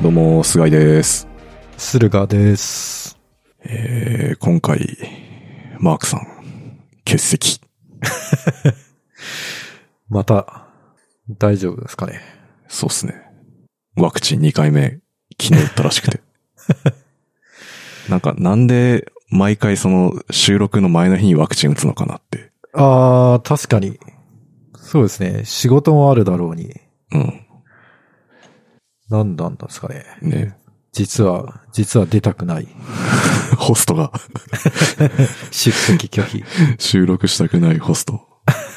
どうも、菅井です。 駿河です。 今回、マークさん、欠席。 また、大丈夫ですかね。 そうっすね。ワクチン2回目、昨日打ったらしくて。なんで、毎回その、収録の前の日にワクチン打つのかなって。 確かに。そうですね。仕事もあるだろうに。 うん。 なんですかね。 ね。 実は出たくない。 ホストが。 出席拒否。 収録したくないホスト。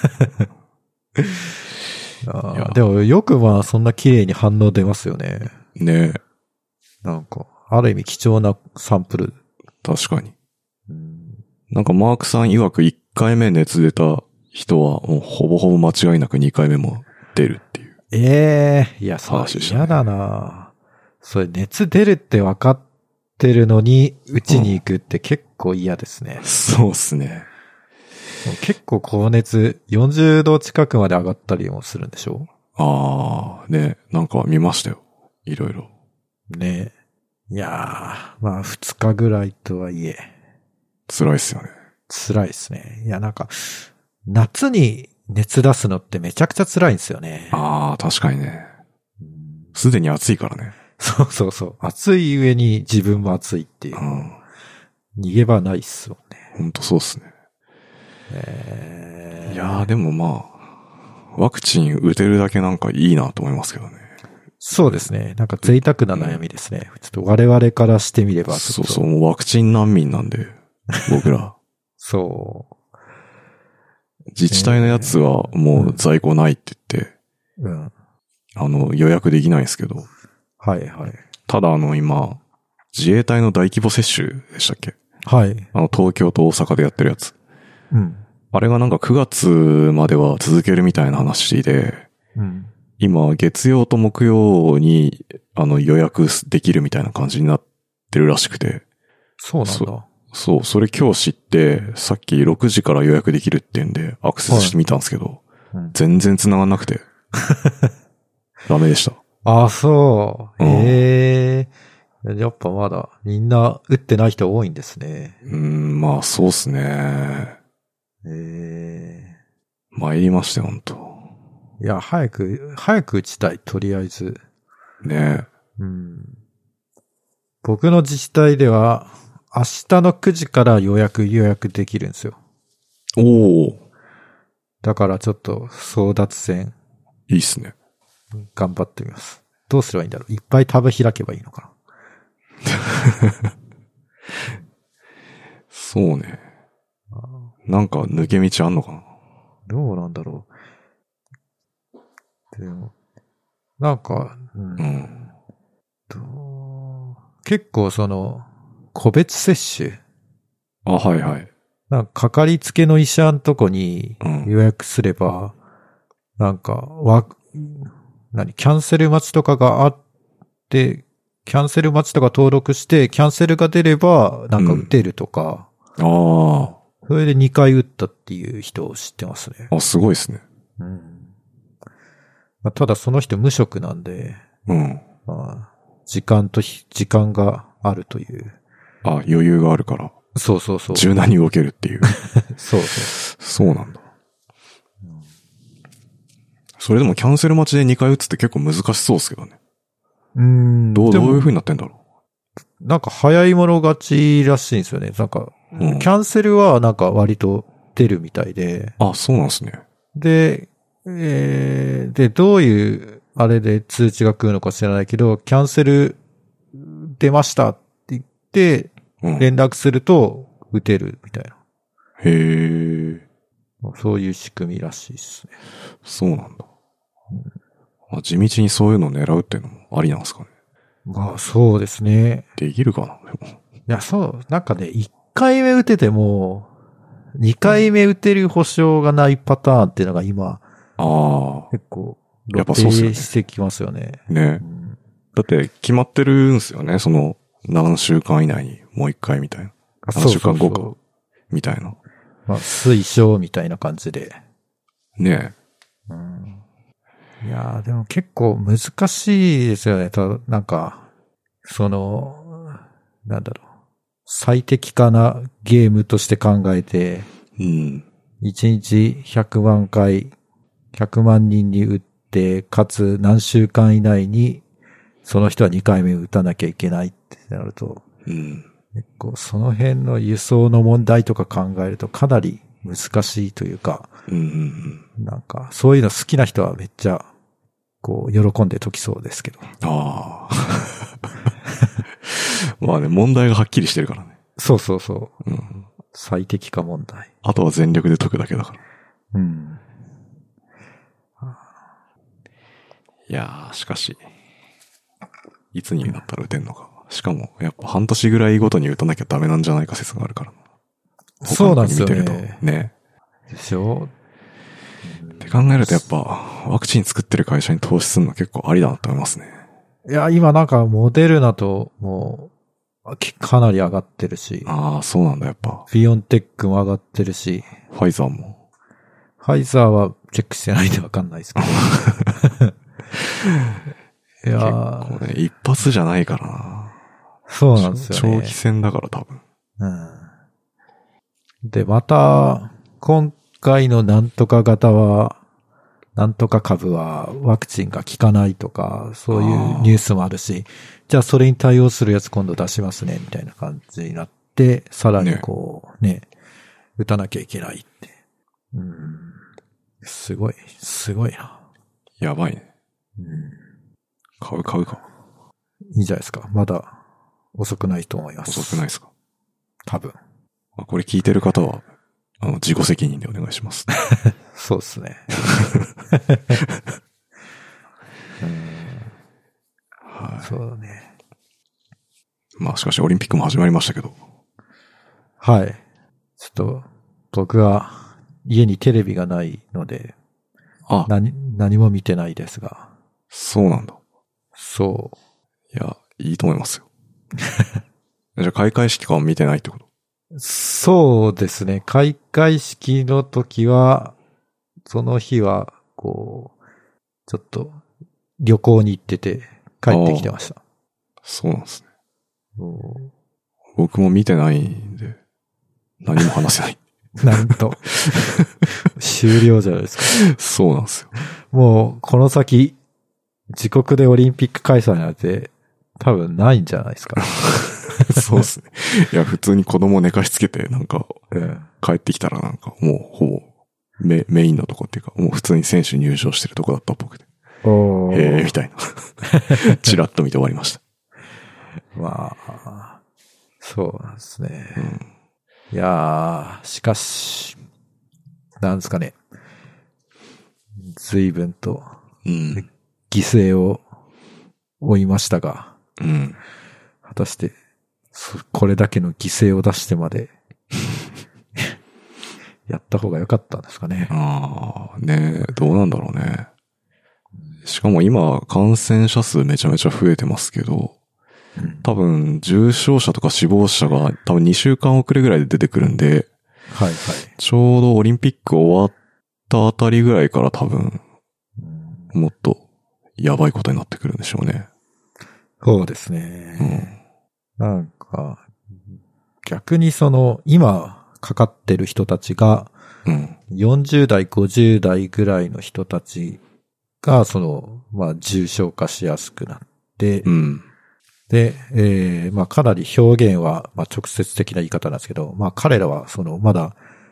でもよくそんな綺麗に反応出ますよね。 ね。 ある意味貴重なサンプル。 確かに。マークさん曰く1回目熱出た人はもうほぼほぼ間違いなく2回目も出るっていう。 いや、そう嫌だな。それ熱出るって分かってるのに、打ちに行くって結構嫌ですね。 そうっすね。 結構高熱40度近くまで上がったりもするんでしょ？ ね、見ましたよ。いろいろ。 ね。いやー、2日ぐらいとはいえ。 辛いっすよね。 辛いっすね。いや、夏に熱出すのってめちゃくちゃ辛いんですよね。 確かにね。すでに暑いからね。 そう。暑い上に自分も暑いっていう。逃げ場ないっすもんね。 ほんとそうっすね。いやーでもワクチン打てるだけいいなと思いますけどね。 そうですね。贅沢な悩みですね。ちょっと我々からしてみればそう、もうワクチン難民なんで、僕ら。 そう。 自治体のやつはもう在庫ないって言って、予約できないんですけど。 はい。 ただ今、自衛隊の大規模接種でしたっけ？ はい。 東京と大阪でやってるやつ。あれが9月までは続けるみたいな話で、今、月曜と木曜に、予約できるみたいな感じになってるらしくて。 そうなんだ。 そう、それ今日知って、さっき6時から予約できるって言うんで、アクセスしてみたんですけど、全然繋がんなくて。ダメでした。 そう。やっぱまだみんな打ってない人多いんですね。 そうっすね。参りましたよ、ほんと。 いや、早く打ちたい、とりあえず。 ねえ。 僕の自治体では、明日の9時から予約できるんですよ。だからちょっと争奪戦。 いいっすね。 頑張ってみます。どうすればいいんだろう。いっぱいタブ開けばいいのかな。 そうね。抜け道あんのかな。 どうなんだろう。でも、結構個別接種。 はい。 かかりつけの医者のとこに予約すれば、キャンセル待ちとかがあって、キャンセル待ちとか登録して、キャンセルが出れば、打てるとか。それで2回打ったっていう人を知ってますね。 すごいですね。 ただその人無職なんで、時間があるという。 余裕があるから。 そう。 柔軟に動けるっていう。 そう。 そうなんだ。それでもキャンセル待ちで2回打つって結構難しそうですけどね。どういう風になってんだろう。早い者勝ちらしいんですよね。キャンセルは割と出るみたいで。 そうなんですね。 で、どういうあれで通知が来るのか知らないけど、キャンセル出ましたって言って、連絡すると打てるみたいな。 へー。 そういう仕組みらしいですね。 そうなんだ。地道にそういうのを狙うっていうのもありなんですかね。 そうですね。 できるかな。 いや、そう。1回目打てても、2回目打てる保証がないパターンっていうのが今、結構、露呈してきますよね。 ね。だって決まってるんすよね。何週間以内にもう1回みたいな。何週間後か。みたいな。 推奨みたいな感じで。 ねいやーでも結構難しいですよね。 なんだろう。最適化なゲームとして考えて、 うん。 1日100万回、100万人に打って、かつ何週間以内に、その人は2回目打たなきゃいけないってなると、 うん。 結構その辺の輸送の問題とか考えるとかなり難しいというか、なんかそういうの好きな人はめっちゃ、こう喜んで解きそうですけど。 ああ。まあね、問題がはっきりしてるからね。 そうそうそう。 うん、 最適化問題。 あとは全力で解くだけだから。 うん。 いやー、しかし、いつになったら打てんのか。しかも、やっぱ半年ぐらいごとに打たなきゃダメなんじゃないか説があるから。 そうなんですよね。 ね。 でしょ？ って考えるとやっぱ、ワクチン作ってる会社に投資するの結構ありだなと思いますね。 いや、今なんかモデルナともう、かなり上がってるし。 ああ、そうなんだ、やっぱ。 ビヨンテックも上がってるし。 ファイザーも。 ファイザーはチェックしてないんでわかんないですけど。いやー結構ね、一発じゃないからな。 そうなんですよね。 長期戦だから多分。 うん。で、また、今回のなんとか型は、なんとか株はワクチンが効かないとか、そういうニュースもあるし、じゃあそれに対応するやつ今度出しますね、みたいな感じになって、さらにこう、ね、打たなきゃいけないって。すごいな。 やばいね。買うか。 いいじゃないですか。まだ遅くないと思います。 遅くないですか？ 多分。 これ聞いてる方は、自己責任でお願いします。 そうですね。 はい。 そうだね。 まあしかしオリンピックも始まりましたけど。 はい。ちょっと、僕は家にテレビがないので、何も見てないですが。 そうなんだ。 そう。 いや、いいと思いますよ。じゃあ開会式かは見てないってこと？ そうですね。開会式の時は、その日は、こう、ちょっと旅行に行ってて帰ってきてました。 そうなんですね。僕も見てないんで、何も話せない。 なんと。終了じゃないですか。 そうなんですよ。 もう、この先、自国でオリンピック開催なんて、多分ないんじゃないですか。 そうですね。いや、普通に子供寝かしつけて、なんか、帰ってきたらなんか、もう、ほぼ、メインのとこっていうか、もう普通に選手入場してるとこだったっぽくて。へえ、みたいな。チラッと見て終わりました。 まあ、そうなんですね。いやー、しかし、なんですかね。随分と、犠牲を負いましたが、果たして、これだけの犠牲を出してまで、やった方が良かったんですかね。 ああ、ねえ、どうなんだろうね。しかも今、感染者数めちゃめちゃ増えてますけど、多分、重症者とか死亡者が多分2週間遅れぐらいで出てくるんで、 はいはい。 ちょうどオリンピック終わったあたりぐらいから多分、もっとやばいことになってくるんでしょうね。 そうですね。なんか、逆に今かかってる人たちが、40代、50代ぐらいの人たちが、重症化しやすくなって、で、かなり表現は、直接的な言い方なんですけど、彼らは、まだ、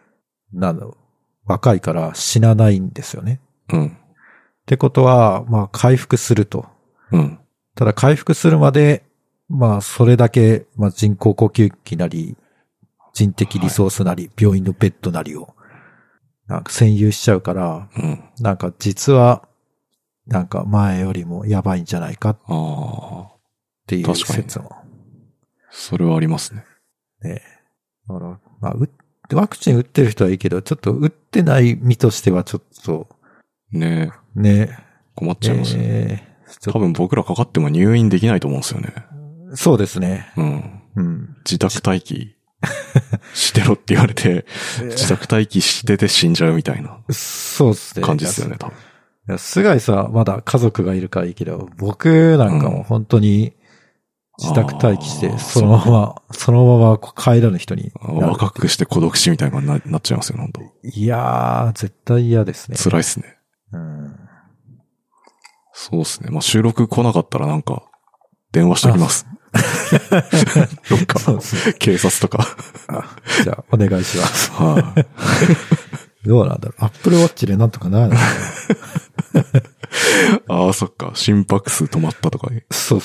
若いから死なないんですよね。ってことは、回復すると。ただ回復するまで、それだけ、人工呼吸器なり、人的リソースなり、病院のベッドなりを、占有しちゃうから、実は、前よりもやばいんじゃないかっていう説も。 それはありますね。 ね。だから、ワクチン打ってる人はいいけど、ちょっと打ってない身としてはちょっと。 ね。困っちゃいますね。多分僕らかかっても入院できないと思うんですよね。 そうですね。 自宅待機してろって言われて、自宅待機してて死んじゃうみたいな。 そうですね。 感じですよね、多分。 菅井さんはまだ家族がいるからいいけど、僕なんかも本当に、 自宅待機して、そのまま帰らぬ人に。 若くして孤独死みたいなのになっちゃいますよ、本当。 いやー、絶対嫌ですね。 辛いっすね。そうですね。まあ、収録来なかったらなんか、電話しときます。どっか、警察とか。 じゃあ、お願いします。 はい。 どうなんだろう。Apple Watch でなんとかなるのかな。ああ、そっか。心拍数止まったとか。 そう。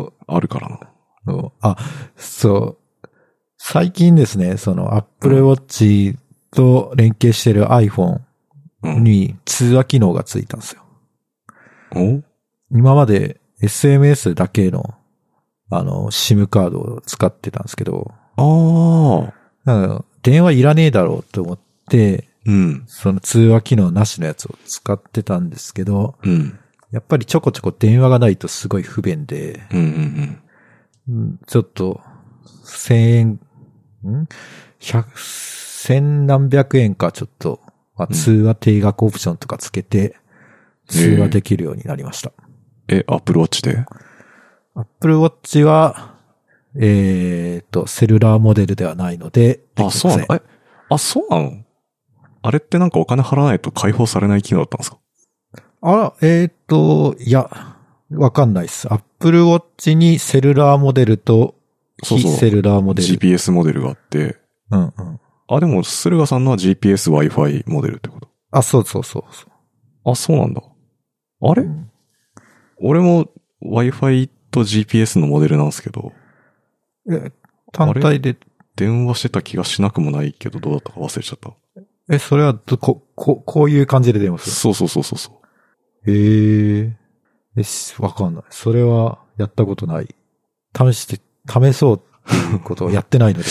あるからな。 そう。最近ですね、その Apple Watch と連携してる iPhone に通話機能がついたんですよ。今まで SMS だけのSIM カードを使ってたんですけど。電話いらねえだろうと思って、その通話機能なしのやつを使ってたんですけど、やっぱりちょこちょこ電話がないとすごい不便で、ちょっと、千何百円かちょっと、通話定額オプションとかつけて、通話できるようになりました。 Apple Watch で？ Apple Watch は、セルラーモデルではないので、 そうなの？そうなの？あれってなんかお金払わないと解放されない機能だったんですか？ いや、わかんないです。Apple Watch にセルラーモデルと、非セルラーモデル。 GPS モデルがあって。でも、駿河さんのは GPS Wi-Fi モデルってこと？ そう。 そうなんだ。あれ？俺も Wi-Fi と GPS のモデルなんですけど。 単体で。 電話してた気がしなくもないけど、どうだったか忘れちゃった。 それはこういう感じで電話する？そう。 わかんない。それはやったことない。試そうっていうことをやってないので。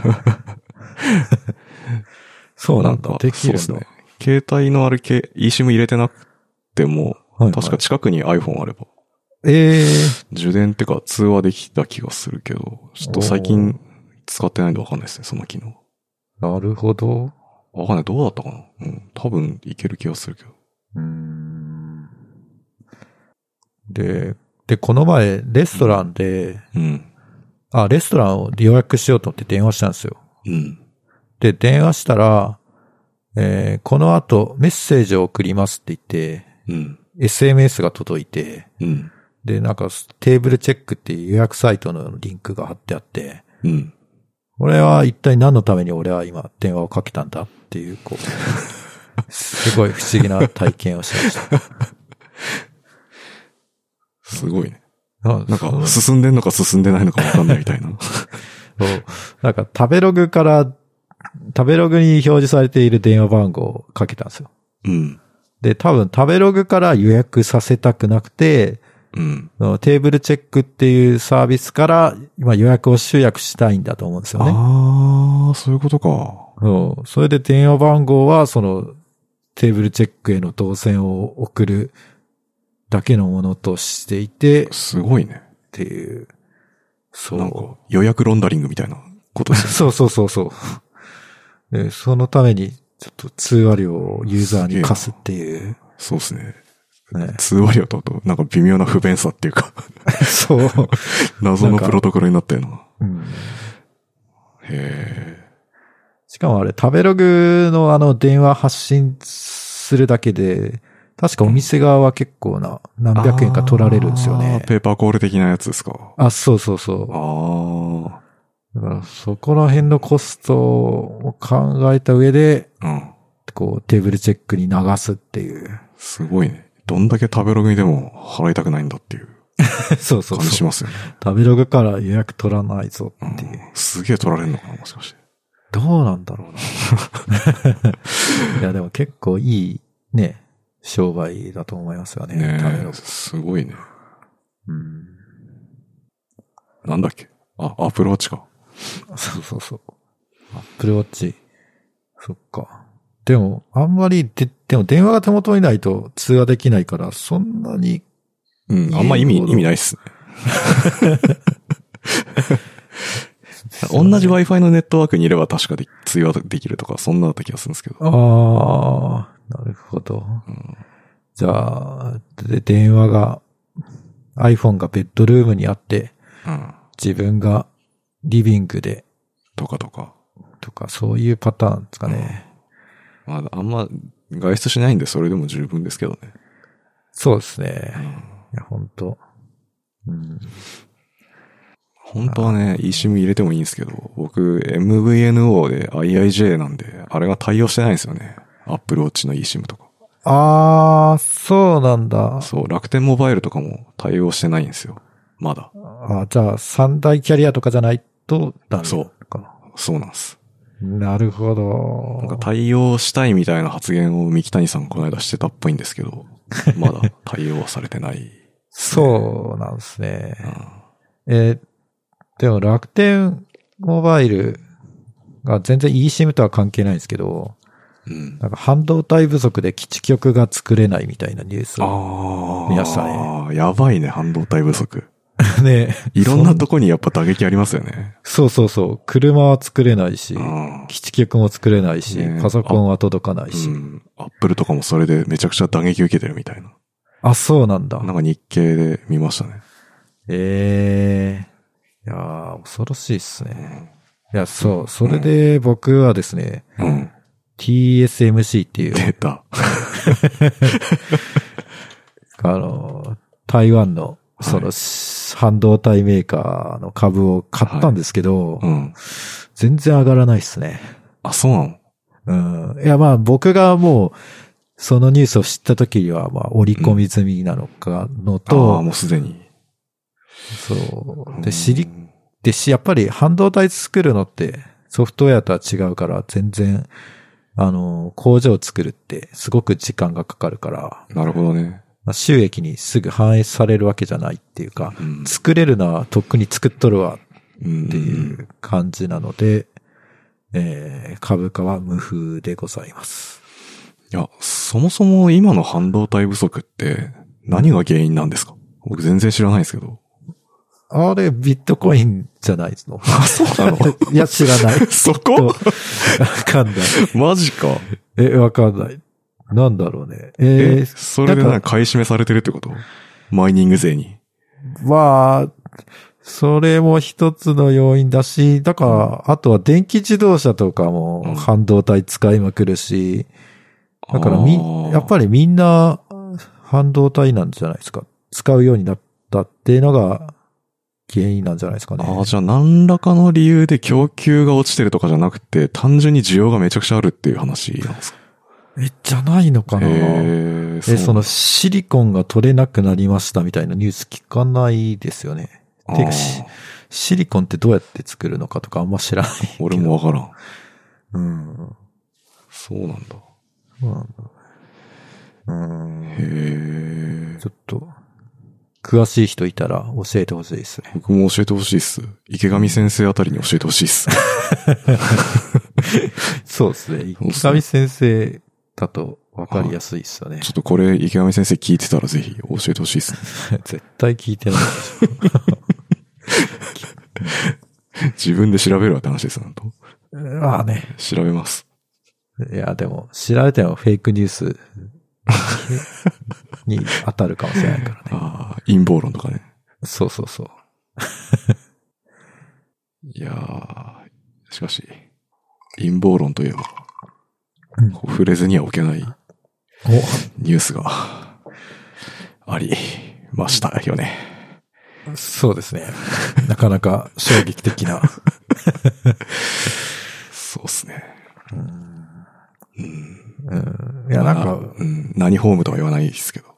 そうなんだ。できるんだ。そうですね。 携帯のeSIM 入れてなくても、確か近くに iPhone あれば。充電ってか通話できた気がするけど、ちょっと最近使ってないんでわかんないですね、その機能。 なるほど。 わかんない。どうだったかな？多分いける気がするけど。 で、この前、レストランで、レストランを予約しようと思って電話したんですよ。で、電話したら、この後メッセージを送りますって言って、SMS が届いて、で、なんかテーブルチェックっていう予約サイトのリンクが貼ってあって、これは一体何のために俺は今電話をかけたんだっていう、すごい不思議な体験をしました。 すごいね。なんか進んでんのか進んでないのかわかんないみたいな。 なんか食べログに表示されている電話番号をかけたんですよ。で、多分食べログから予約させたくなくて、テーブルチェックっていうサービスから今予約を集約したいんだと思うんですよね。 そういうことか。 それで電話番号はそのテーブルチェックへの動線を送るだけのものとしていて。 すごいね。 っていう。そう。 なんか予約ロンダリングみたいなことですね。 そう。で、そのためにちょっと通話料をユーザーに貸すっていう。 そうですね。通話料となんか微妙な不便さっていうかそう。 謎のプロトコルになったよな。 しかもあれ、食べログの電話発信するだけで、確かお店側は結構な何百円か取られるんですよね。 ペーパーコール的なやつですか？ そう。だからそこら辺のコストを考えた上で、テーブルチェックに流すっていう。 すごいね。どんだけ食べログにでも払いたくないんだっていう。 そう感じしますよね。 食べログから予約取らないぞっていう。 すげえ取られるのかな、もしかして。 どうなんだろうな。いや、でも結構いいね、商売だと思いますよね。食べログ。 すごいね。なんだっけ？アプローチか。 そう。アップルウォッチ。そっか。でも、あんまり、でも電話が手元にないと通話できないから、そんなに。 あんま意味ないっすね。同じ Wi-Fi のネットワークにいれば確か通話できるとか、そんなだった気がするんですけど。 なるほど。じゃあ、電話が、iPhone がベッドルームにあって、 自分がリビングで。 とか、 そういうパターンですかね。 まあ、あんま外出しないんでそれでも十分ですけどね。 そうですね。いや、本当本当はね、eSIM 入れてもいいんですけど、僕 MVNO で IIJ なんで、あれが対応してないんですよね。Apple Watch の eSIM とか。 そうなんだ。 そう、楽天モバイルとかも対応してないんですよ。まだ。 じゃあ、三大キャリアとかじゃないとダメかな。 そうなんです。 なるほど。 なんか対応したいみたいな発言を三木谷さんこの間してたっぽいんですけど、まだ対応されてない、ね。 そうなんですね。でも楽天モバイルが全然 eSIM とは関係ないんですけど、なんか半導体不足で基地局が作れないみたいなニュースを見ましたね。 やばいね、半導体不足。 ねいろんなとこにやっぱ打撃ありますよね。 そう。車は作れないし、基地局も作れないし、パソコンは届かないし。 アップルとかもそれでめちゃくちゃ打撃受けてるみたいな。 そうなんだ。 なんか日経で見ましたね。 いやー、恐ろしいっすね。いや、それで僕はですね、TSMC っていう。 出た。 台湾の、半導体メーカーの株を買ったんですけど、全然上がらないっすね。 そうなの？いや、まあ僕がもう、そのニュースを知った時には、まあ織り込み済みなのかのと、 もうすでに。 そう。やっぱり半導体作るのってソフトウェアとは違うから全然、工場を作るってすごく時間がかかるから。 なるほどね。 収益にすぐ反映されるわけじゃないっていうか、作れるのはとっくに作っとるわっていう感じなので、株価は無風でございます。 いや、そもそも今の半導体不足って何が原因なんですか？僕全然知らないですけど。 あれ、ビットコインじゃないの？ そうなの？ いや、知らない。 そこ？わかんない。 マジか。 わかんない。なんだろうね。 それで買い占めされてるってこと？マイニング税に。 まあ、それも一つの要因だし、だから、あとは電気自動車とかも半導体使いまくるし、だからやっぱりみんな半導体なんじゃないですか。使うようになったっていうのが原因なんじゃないですかね。 じゃあ何らかの理由で供給が落ちてるとかじゃなくて、単純に需要がめちゃくちゃあるっていう話なんですか？ じゃないのかな。そのシリコンが取れなくなりましたみたいなニュース聞かないですよね。ていうかシリコンってどうやって作るのかとかあんま知らない。 俺もわからん。 そうなんだ。ちょっと、詳しい人いたら教えてほしいですね。 僕も教えてほしいっす。池上先生あたりに教えてほしいっす。 そうですね。池上先生だと分かりやすいっすよね。 ちょっとこれ池上先生聞いてたらぜひ教えてほしいっす。 絶対聞いてないでしょ。自分で調べるわって話ですよ、と。 まあね。 調べます。 いや、でも、調べてもフェイクニュースに当たるかもしれないからね。 陰謀論とかね。 そう。 いやー、しかし、陰謀論といえば、触れずには置けないニュースがありましたよね。 そうですね。なかなか衝撃的な。 そうですね。 いや、なんか、 何ホームとは言わないですけど。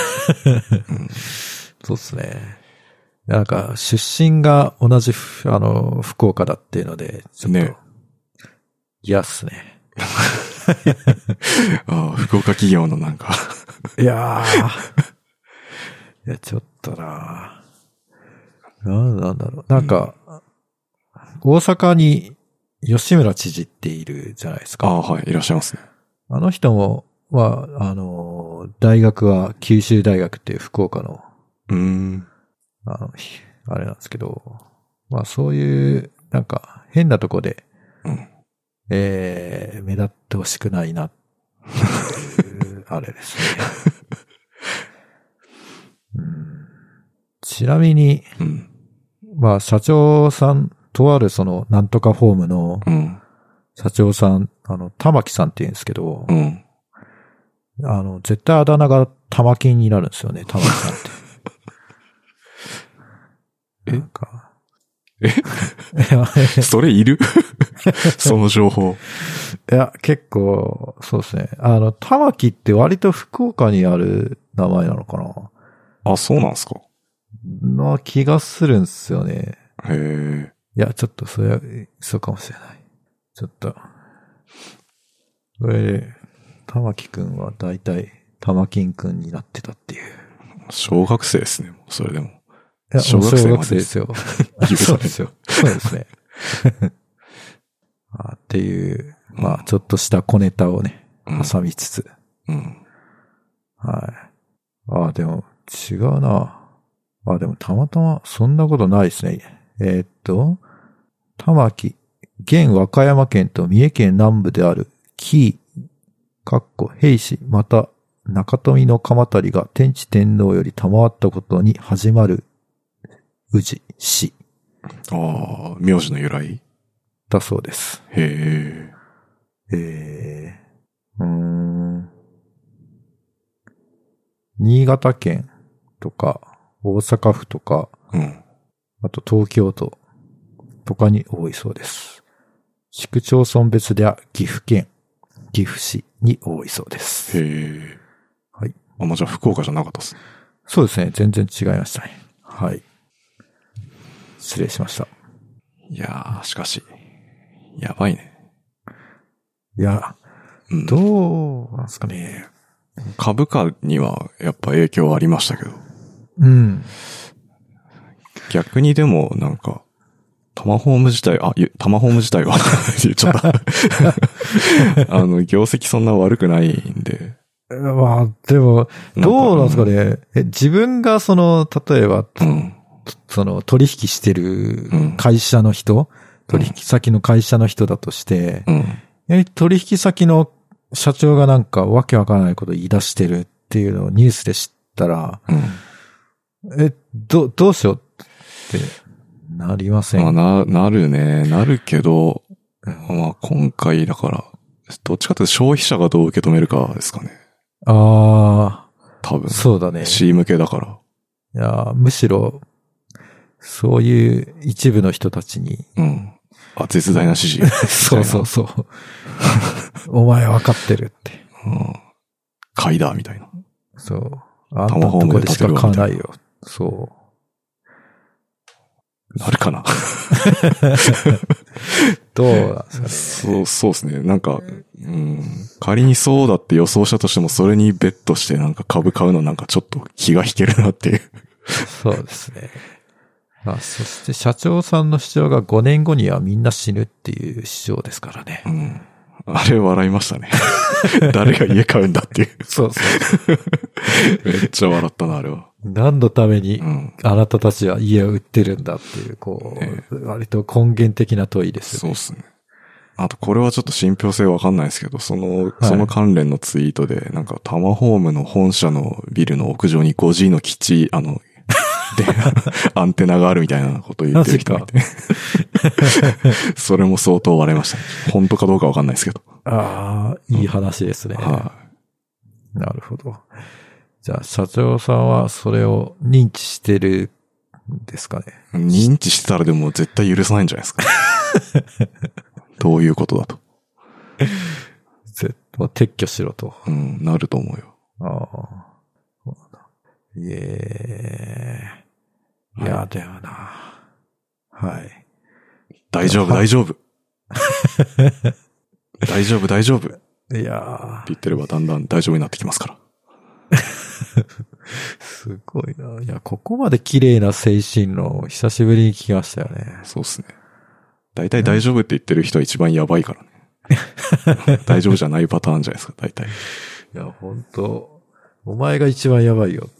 そうですね。なんか、出身が同じ、福岡だっていうので、ちょっと、嫌っすね。 福岡企業のなんか。 いや、ちょっとなんだろう。なんか、大阪に吉村知事っているじゃないですか。 はい、いらっしゃいますね。 あの人も、大学は九州大学っていう福岡の、あれなんですけど、まあそういう、なんか変なとこで、目立ってほしくないな、あれですね。ちなみに、 まあ、社長さん、とあるその、なんとかフォームの、社長さん、玉木さんって言うんですけど、絶対あだ名が玉金になるんですよね、玉木さんって。なんか。 それいるその情報。 いや、結構、そうですね。玉木って割と福岡にある名前なのかな。 あ、そうなんすか。 な気がするんですよね。 へえ。 いや、ちょっとそれは、そうかもしれない。ちょっと。これで、玉木くんは大体、玉金くんになってたっていう。 小学生ですね、それでも。 いや、小学生ですよ。そうですよ。そうですね。っていう、まあ、ちょっとした小ネタをね、挟みつつ。はい。でも、違うな。でも、たまたま、そんなことないですね。玉木、現和歌山県と三重県南部である、紀伊、平氏、また、中富の鎌足が天智天皇より賜ったことに始まる、宇治氏。 名字の由来だそうです。 へえ。新潟県とか、大阪府とか、あと東京都とかに多いそうです。市区町村別では岐阜県、岐阜市に多いそうです。 へえ。 はい。 じゃあ福岡じゃなかったっすね。 そうですね。全然違いましたね。はい。失礼しました。 いやー、しかし、やばいね。 いや、どうなんですかね。 株価にはやっぱ影響ありましたけど。逆にでもなんか、タマホーム自体は言っちゃった。業績そんな悪くないんで。 まあ、でも、どうなんですかね。自分が例えば、取引してる会社の人、取引先の会社の人だとして、取引先の社長がなんかわけわからないことを言い出してるっていうのをニュースで知ったら、どうしようってなりません？ なるね。なるけど、今回だから、どっちかというと消費者がどう受け止めるかですかね。多分。 そうだね。 C 向けだから。 いや、むしろ、そういう一部の人たちに。 絶大な支持。 そう。お前分かってるって。 買いだ、みたいな。 そう。あんたのとこでしか買わないよ。そう。 なるかな。 どうなんですかね。 そうですね。なんか、仮にそうだって予想したとしても、それにベットしてなんか株買うのなんかちょっと気が引けるなっていう。 そうですね。そして社長さんの主張が5年後にはみんな死ぬっていう主張ですからね。 あれ笑いましたね。誰が家買うんだっていう。 そう。 めっちゃ笑ったな、あれは。 何のためにあなたたちは家を売ってるんだっていう、割と根源的な問いですよね。 そうですね。あと、これはちょっと信憑性わかんないですけど、その関連のツイートで、なんか、タマホームの本社のビルの屋上に 5G の基地、で、アンテナがあるみたいなことを言ってる人がいて。それも相当割れましたね。本当かどうかわかんないですけど。 いい話ですね。なるほど。じゃあ、社長さんはそれを認知してるんですかね。 認知してたらでも絶対許さないんじゃないですか。どういうことだと。 撤去しろと。 なると思うよ。 いや、でもな。はい。 大丈夫。大丈夫。 いやって言ってればだんだん大丈夫になってきますから。 すごいな。いや、ここまで綺麗な精神論久しぶりに聞きましたよね。 そうですね。大体大丈夫って言ってる人は一番やばいからね。大丈夫じゃないパターンじゃないですか、大体。 いや、本当お前が一番やばいよって。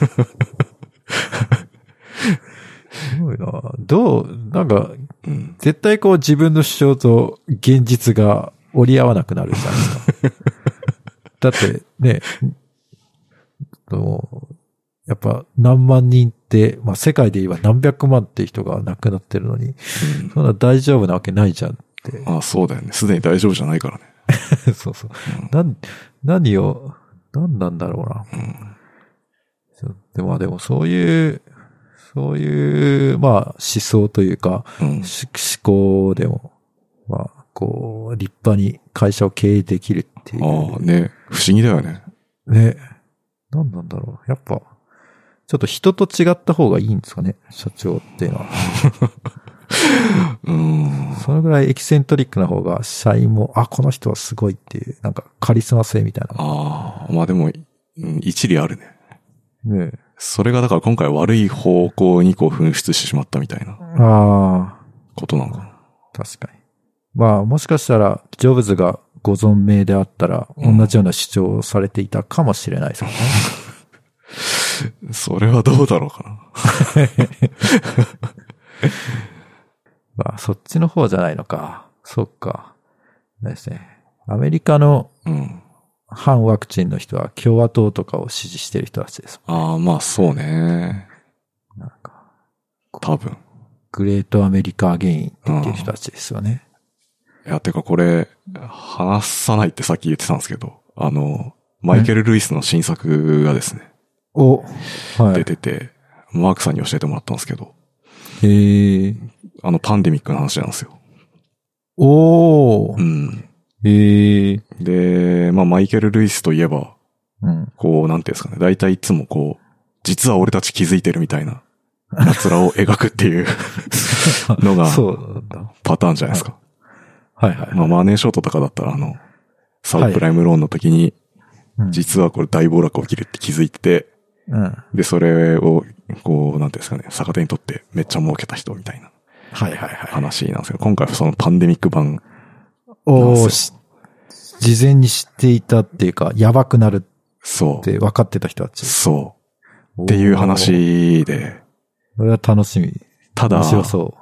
すごいな。なんか、絶対自分の主張と現実が折り合わなくなるじゃないですか。だってね、やっぱ何万人っで、まあ世界で言えば何百万って人が亡くなってるのに、そんな大丈夫なわけないじゃんって。 ああ、そうだよね。すでに大丈夫じゃないからね。 そうそう。何なんだろうな。でもそういう、まあ思想というか、思考でも、まあ、こう、立派に会社を経営できるっていう。 ああ、ね。不思議だよね。 ね。何なんだろう。やっぱ、ちょっと人と違った方がいいんですかね、社長っていうのは。そのぐらいエキセントリックな方が、社員も、この人はすごいっていう、なんかカリスマ性みたいな。 ああ、まあでも、一理あるね。 ねえ。 それがだから今回悪い方向にこう噴出してしまったみたいな。ことなのかな。 確かに。まあ、もしかしたら、ジョブズがご存命であったら、同じような主張をされていたかもしれないですよね。 それはどうだろうかな。 まあ、そっちの方じゃないのか。そっか。ですね。アメリカの反ワクチンの人は共和党とかを支持してる人たちです。 ああ、まあそうね。 なんか、 多分。 グレートアメリカゲインって言ってる人たちですよね。 いや、てかこれ、話さないってさっき言ってたんですけど、マイケル・ルイスの新作がですね、出てて、マークさんに教えてもらったんですけど、パンデミックの話なんですよ。で、まあ、マイケル・ルイスといえば、こう、なんていうんですかね、大体いつもこう、実は俺たち気づいてるみたいな、奴らを描くっていうのが、パターンじゃないですか。 はいはい。 まあ、マネーショートとかだったら、サブプライムローンの時に、実はこれ大暴落起きるって気づいてて、で、それを、こう、なんていうんですかね、逆手にとってめっちゃ儲けた人みたいな。話なんですけど、今回そのパンデミック版。 事前に知っていたっていうか、やばくなるって分かってた人たち。 そう。っていう話で。 これは楽しみ。 ただ、 面白そう。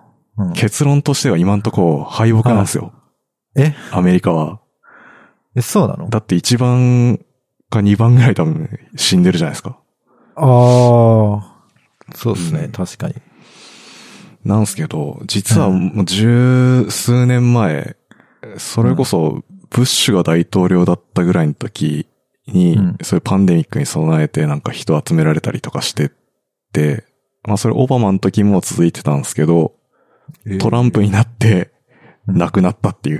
結論としては今んとこ敗北なんですよ。アメリカは。 そうなの？ だって1番か2番ぐらい多分死んでるじゃないですか。 そうですね、確かに。 なんすけど、実はもう十数年前、それこそブッシュが大統領だったぐらいの時に、そういうパンデミックに備えてなんか人集められたりとかしてて、まあそれオバマの時も続いてたんですけど、トランプになって亡くなったっていう。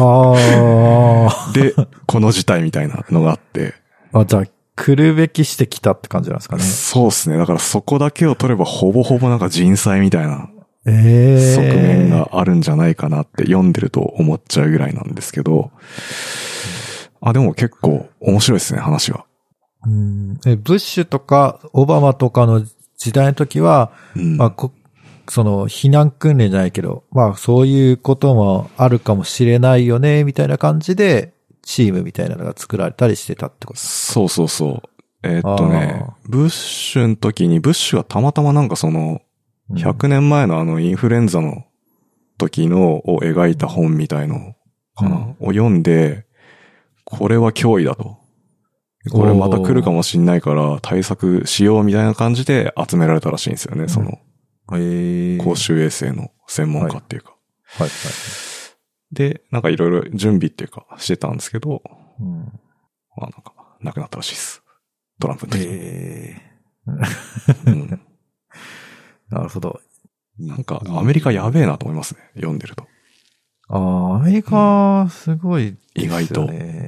で、この事態みたいなのがあって。 じゃあ、来るべきしてきたって感じなんですかね。 そうですね。だからそこだけを取ればほぼほぼなんか人災みたいな側面があるんじゃないかなって読んでると思っちゃうぐらいなんですけど。でも結構面白いですね、話は。 ブッシュとかオバマとかの時代の時は、まあその避難訓練じゃないけど、まあそういうこともあるかもしれないよね、みたいな感じで、チームみたいなのが作られたりしてたってことですか？ そう。ブッシュの時に、ブッシュはたまたまなんかその、100年前のインフルエンザの時のを描いた本みたいのかな、を読んで、これは脅威だと。これまた来るかもしんないから対策しようみたいな感じで集められたらしいんですよね、その。公衆衛生の専門家っていうか。で、なんかいろいろ準備っていうかしてたんですけど、まあなんか、なくなったらしいです。トランプの時に。 なるほど。 なんか、アメリカやべえなと思いますね。読んでると。 アメリカ、すごい、 意外と。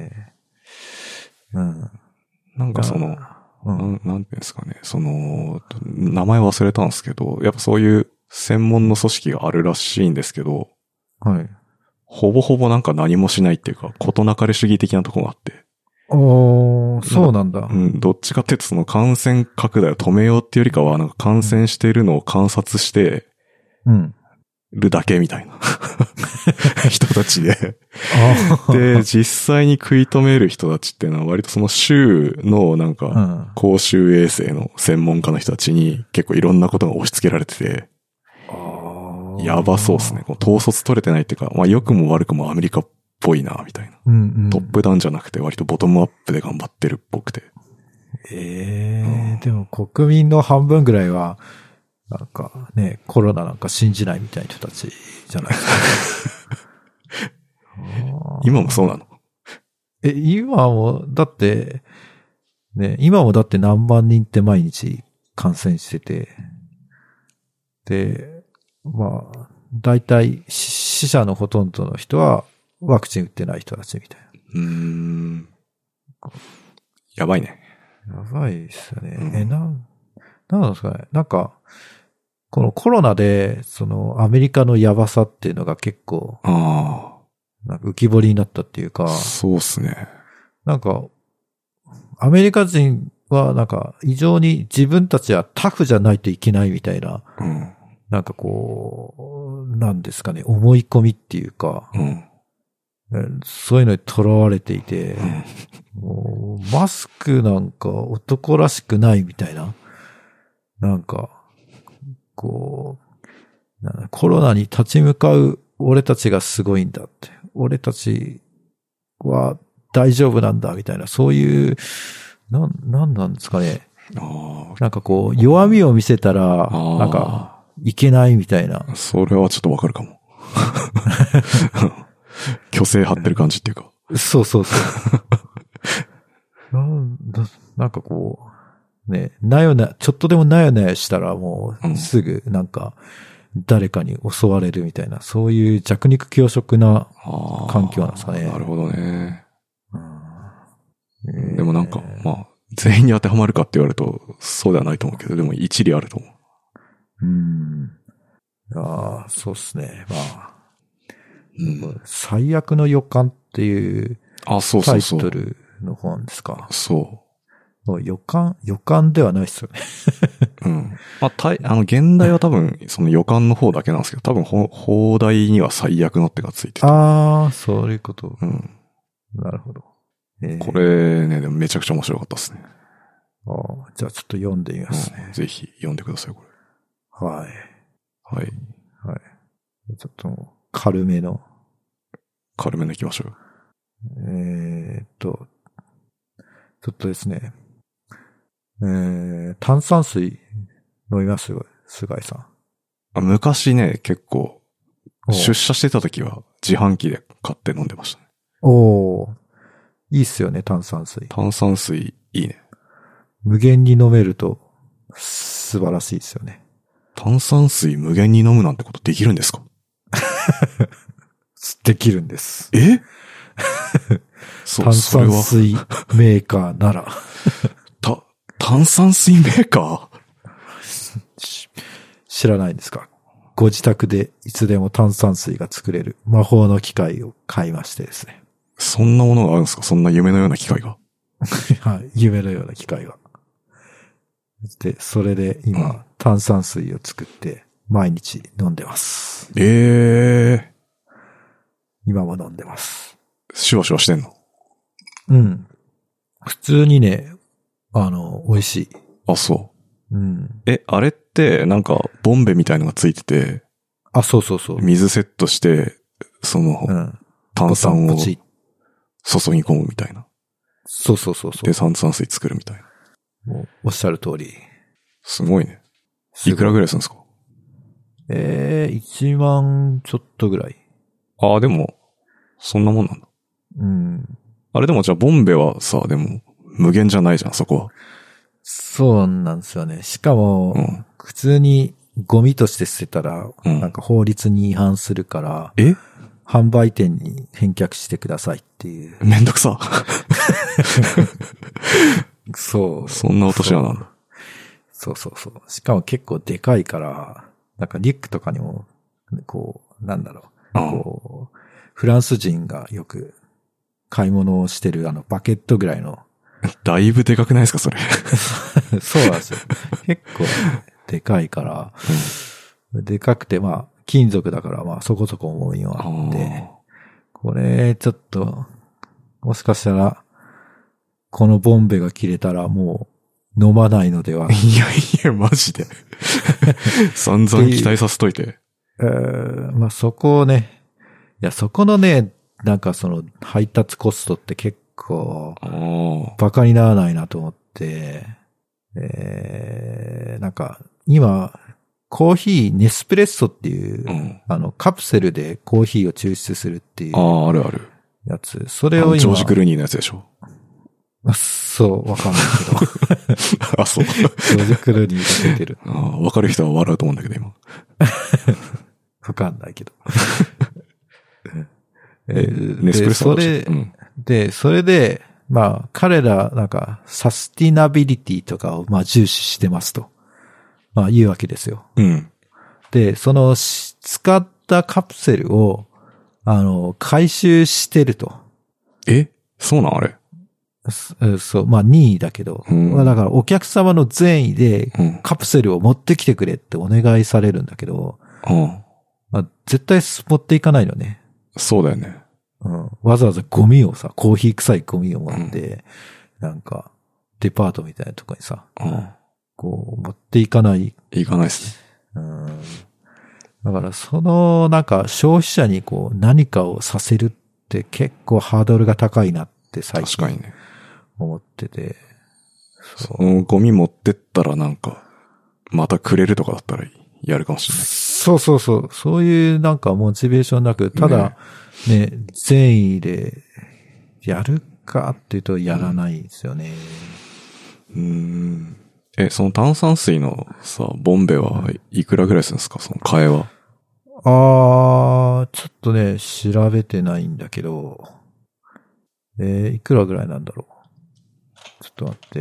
なんかその、なんていうんですかね。その、名前忘れたんですけど、やっぱそういう専門の組織があるらしいんですけど、ほぼほぼなんか何もしないっていうか、事なかれ主義的なところがあって。 そうなんだ。 どっちかっていうとその感染拡大を止めようっていうよりかは、なんか感染しているのを観察して、るだけみたいな人たちで。で、実際に食い止める人たちっていうのは割とその州のなんか、公衆衛生の専門家の人たちに結構いろんなことが押し付けられてて、やばそうですね。統率取れてないっていうか、まあ良くも悪くもアメリカっぽいな、みたいな。トップダウンじゃなくて割とボトムアップで頑張ってるっぽくて。 でも国民の半分ぐらいは、なんかね、コロナなんか信じないみたいな人たちじゃないですか。 今もそうなの？ 今も、だって、ね、今もだって何万人って毎日感染してて、で、まあ、大体死者のほとんどの人はワクチン打ってない人たちみたいな。 やばいね。 やばいですよね。なんですかね。なんか、このコロナで、アメリカのやばさっていうのが結構、なんか浮き彫りになったっていうか。 そうっすね。 なんか、アメリカ人はなんか異常に自分たちはタフじゃないといけないみたいな、なんかこう、なんですかね、思い込みっていうか、そういうのに囚われていて、もうマスクなんか男らしくないみたいな、なんか、こう、コロナに立ち向かう俺たちがすごいんだって、俺たちは大丈夫なんだみたいな、そういう、なんなんですかね。なんかこう、弱みを見せたら、なんか、いけないみたいな。 それはちょっとわかるかも。虚勢張ってる感じっていうか。 そう。なんかこう、ね、ちょっとでもなよなよしたらもう、すぐなんか、誰かに襲われるみたいな、そういう弱肉強食な環境なんですかね。 なるほどね。でもなんか、まあ、全員に当てはまるかって言われると、そうではないと思うけど、でも一理あると思う。そうっすね。まあ、最悪の予感っていうタイトルの本ですか。 そう。 予感ではないっすよね。 まあ、現代は多分、その予感の方だけなんですけど、多分、放題には最悪のってがついてて。 そういうこと。なるほど。 これね、でもめちゃくちゃ面白かったですね。 じゃあちょっと読んでみますね。 ぜひ読んでください、これ。 はい。ちょっと、軽めの行きましょう。ちょっとですね。炭酸水飲みます菅井さん。昔ね、結構、出社してた時は自販機で買って飲んでましたね。 いいっすよね、炭酸水。 炭酸水、いいね。 無限に飲めると、素晴らしいですよね。 炭酸水無限に飲むなんてことできるんですか？ できるんです。 そう、 炭酸水メーカーなら。 炭酸水メーカー知らないんですか？ご自宅でいつでも炭酸水が作れる魔法の機械を買いましてですね。 そんなものがあるんですか？そんな夢のような機械が。 はい、夢のような機械が。で、それで今、炭酸水を作って毎日飲んでます。今も飲んでます。 シュワシュワしてんの？ 普通にね、美味しい。 そう。あれって、なんか、ボンベみたいのがついてて。 そう。 水セットして、炭酸を注ぎ込むみたいな。 そう。 で、炭酸水作るみたいな。 もう、おっしゃる通り。 すごいね。いくらぐらいするんですか ？1万ちょっとぐらい。 でも、そんなもんなんだ。あれでもじゃあボンベはさ、でも、無限じゃないじゃん、そこは。 そうなんですよね。しかも、普通にゴミとして捨てたら、なんか法律に違反するから、販売店に返却してくださいっていう。 めんどくさ。 そう。 そんな落とし穴なんだ。 そう。しかも結構でかいから、なんかリュックとかにも、こう、なんだろう。こう、フランス人がよく買い物をしてるバケットぐらいの。 だいぶでかくないですか、それ。 そうなんですよ。結構でかいから、でかくて、まあ、金属だから、まあ、そこそこ重みはあって、これ、ちょっと、もしかしたら、このボンベが切れたらもう飲まないのでは。 いや、マジで。散々期待させといて。 まあ、そこをね、そこのね、なんか配達コストって結構、バカにならないなと思って、なんか、今、コーヒー、ネスプレッソっていう、カプセルでコーヒーを抽出するっていう。 あるある。 やつ。それを今。 ジョージ・クルーニーのやつでしょ。 そう、わかんないけど。 あ、そう。ジョージ・クルーニーが出てる。 わかる人は笑うと思うんだけど、今。 わかんないけど。 ネスプレッソそれで、まあ、彼ら、なんか、サスティナビリティとかを、まあ、重視してますと。まあ、言うわけですよ。で、その、使ったカプセルを、回収してると。 そうなんあれ。 そう、まあ任意だけど。だからお客様の善意でカプセルを持ってきてくれってお願いされるんだけど、まあ、絶対持っていかないのね。 そうだよね。 わざわざゴミをさ、コーヒー臭いゴミを持って、なんか、デパートみたいなとこにさ、こう、持っていかない。 いかないっすね。 だからそのなんか消費者にこう何かをさせるって結構ハードルが高いなって最近確かにね思ってて。 そのゴミ持ってったらなんかまたくれるとかだったらやるかもしれない。 そうそうそう。そういうなんかモチベーションなく、ただね、善意でやるかっていうとやらないですよね。 その炭酸水のさ、ボンベはいくらぐらいするんですか、その替えは。 ちょっとね、調べてないんだけど、いくらぐらいなんだろう。ちょっと待って。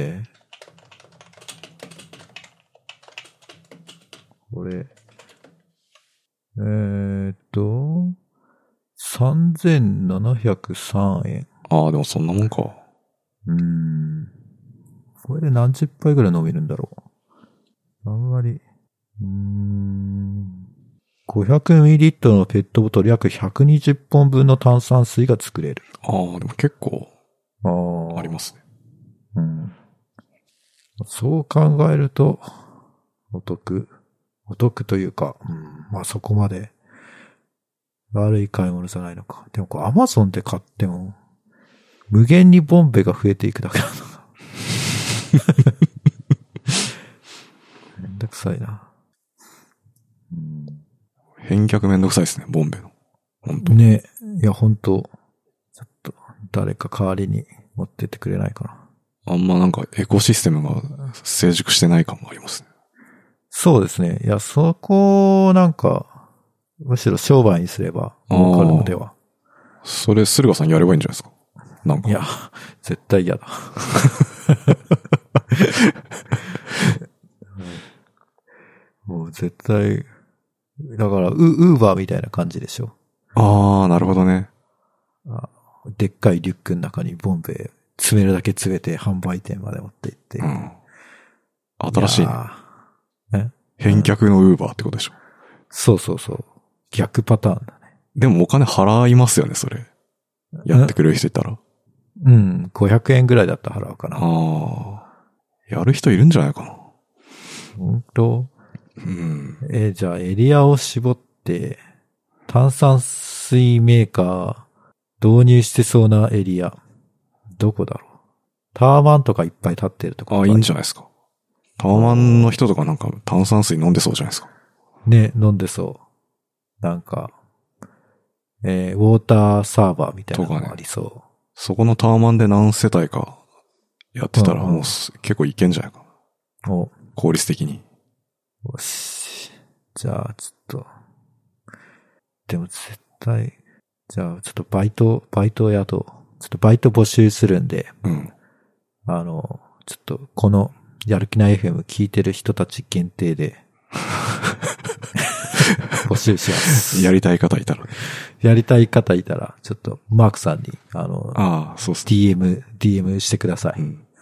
これ、3703円。 でもそんなもんか。 これで何十杯ぐらい飲めるんだろう。あんまり、500ml のペットボトル約120本分の炭酸水が作れる。 でも結構、ありますね。 そう考えると、お得というか、まあそこまで悪い買い物じゃないのか。でもこれ Amazon で買っても、無限にボンベが増えていくだけなのか。めんどくさいな。 返却めんどくさいですね、ボンベの。本当ね。いや、本当ちょっと、誰か代わりに持ってってくれないかな。 あんまなんかエコシステムが成熟してない感もありますね。 そうですね。いや、そこをなんか、むしろ商売にすれば儲かるのでは。 それ、駿河さんやればいいんじゃないですか。なんか。 いや、絶対嫌だ。もう絶対、だから、ウーバーみたいな感じでしょ。 なるほどね。 でっかいリュックの中にボンベ詰めるだけ詰めて販売店まで持って行って。 新しいね。返却のウーバーってことでしょ。 そうそうそう。逆パターンだね。 でもお金払いますよね、それ。やってくれる人いたら。 500円ぐらいだったら払うかな。 やる人いるんじゃないかな。 本当？じゃあエリアを絞って、炭酸水メーカー導入してそうなエリア。どこだろう。タワマンとかいっぱい立ってるとこ。 いいんじゃないですか。タワマンの人とかなんか炭酸水飲んでそうじゃないですか。 ね、飲んでそう。なんか、ウォーターサーバーみたいなのがありそう。 そこのタワマンで何世帯かやってたらもう結構いけんじゃないかな。効率的に。 よし。じゃあ、ちょっと。でも絶対、じゃあ、ちょっとバイトやと、ちょっとバイト募集するんで、ちょっとこのやる気ない FM 聞いてる人たち限定で、募集します。 やりたい方いたら。 やりたい方いたら、ちょっとマークさんに、 そうっすね。 DM してください。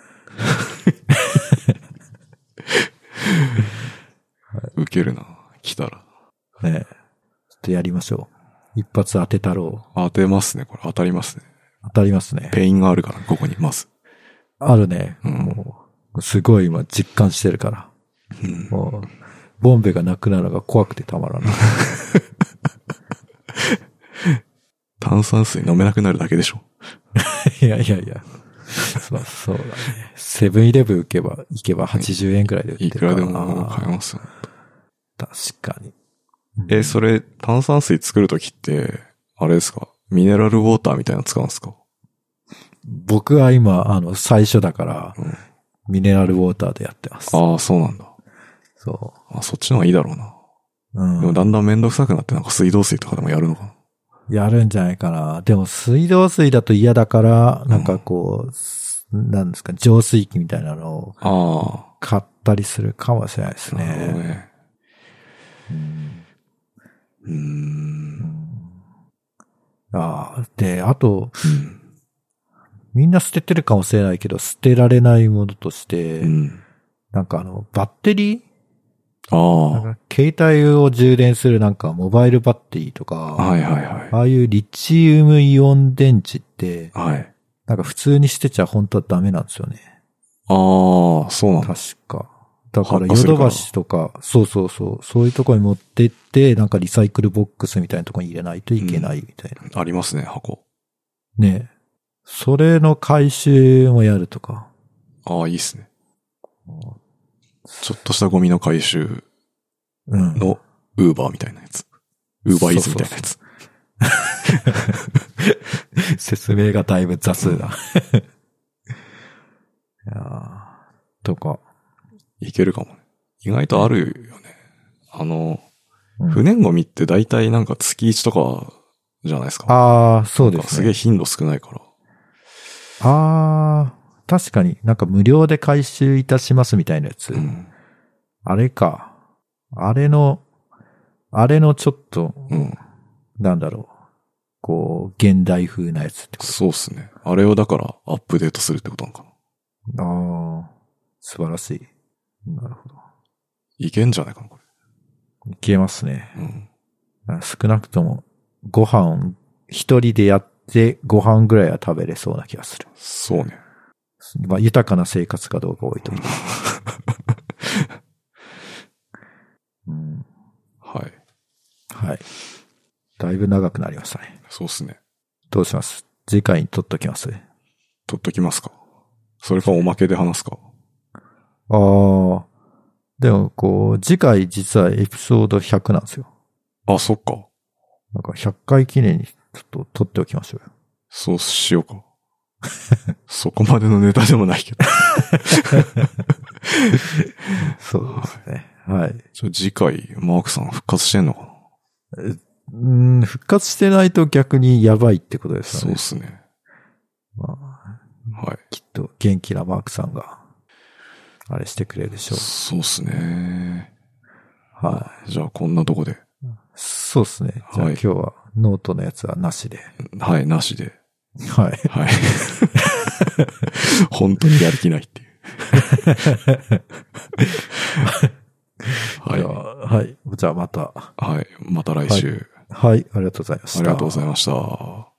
ウケるな。来たら。 ねえ。ちょっとやりましょう。一発当てたろう。 当てますね。これ当たりますね。 当たりますね。 ペインがあるから、ここにまず。 あるね。もう、すごい今実感してるから。もう、ボンベがなくなるのが怖くてたまらない。 炭酸水飲めなくなるだけでしょ。 いや。 そうだね。セブンイレブン行けば80円くらいで売ってるから。 いくらでも買えますよ。 確かに。 それ、炭酸水作るときって、あれですか？ミネラルウォーターみたいなの使うんですか？ 僕は今、最初だから、ミネラルウォーターでやってます。 ああ、そうなんだ。 そう。 そっちの方がいいだろうな。でもだんだんめんどくさくなってなんか水道水とかでもやるのかな？ やるんじゃないかな。でも水道水だと嫌だから、なんかこう、なんですか、浄水器みたいなのを買ったりするかもしれないですね。なるほどね。で、あと、みんな捨ててるかもしれないけど、捨てられないものとして、なんかバッテリー？なんか携帯を充電するなんかモバイルバッテリーとか、ああいうリチウムイオン電池って、なんか普通に捨てちゃ本当はダメなんですよね。 そうなんだ。 確か。だからヨドバシとか、そういうところに持ってって、なんかリサイクルボックスみたいなところに入れないといけないみたいな。 ありますね、箱。 ね。それの回収もやるとか。 いいっすね。ちょっとしたゴミの回収のウーバーみたいなやつ。ウーバーイーズみたいなやつ。 説明がだいぶ雑だ。とか。 いけるかもね。意外とあるよね。不燃ゴミって大体なんか月1とかじゃないですか。 そうですね。 すげえ頻度少ないから。 確かになんか無料で回収いたしますみたいなやつ。あれか。あれのちょっと、なんだろう。こう、現代風なやつってこと。 そうっすね。あれをだからアップデートするってことなのかな。素晴らしい。なるほど。 いけんじゃないかな、これ。いけますね。少なくとも、ご飯、一人でやってご飯ぐらいは食べれそうな気がする。 そうね。 まあ、豊かな生活かどうか置いといて。 はい。 はい。だいぶ長くなりましたね。 そうっすね。 どうします？次回に撮っときます？ 撮っときますか。それかおまけで話すか。 でもこう、次回実はエピソード100なんですよ。 そっか。 なんか100回記念にちょっと撮っておきましょうよ。 そうしようか。そこまでのネタでもないけど。 そうですね。はい。 次回、マークさん復活してんのかな？復活してないと逆にやばいってことですよね。 そうですね。はい。 きっと元気なマークさんが、あれしてくれるでしょう。 そうですね。 はい。 じゃあこんなとこで。 そうですね。じゃあ今日はノートのやつはなしで。 はい、なしで。 はい。 はい。本当にやる気ないっていう。 はい。はい。じゃあまた。 はい。また来週。 はい。ありがとうございました。 ありがとうございました。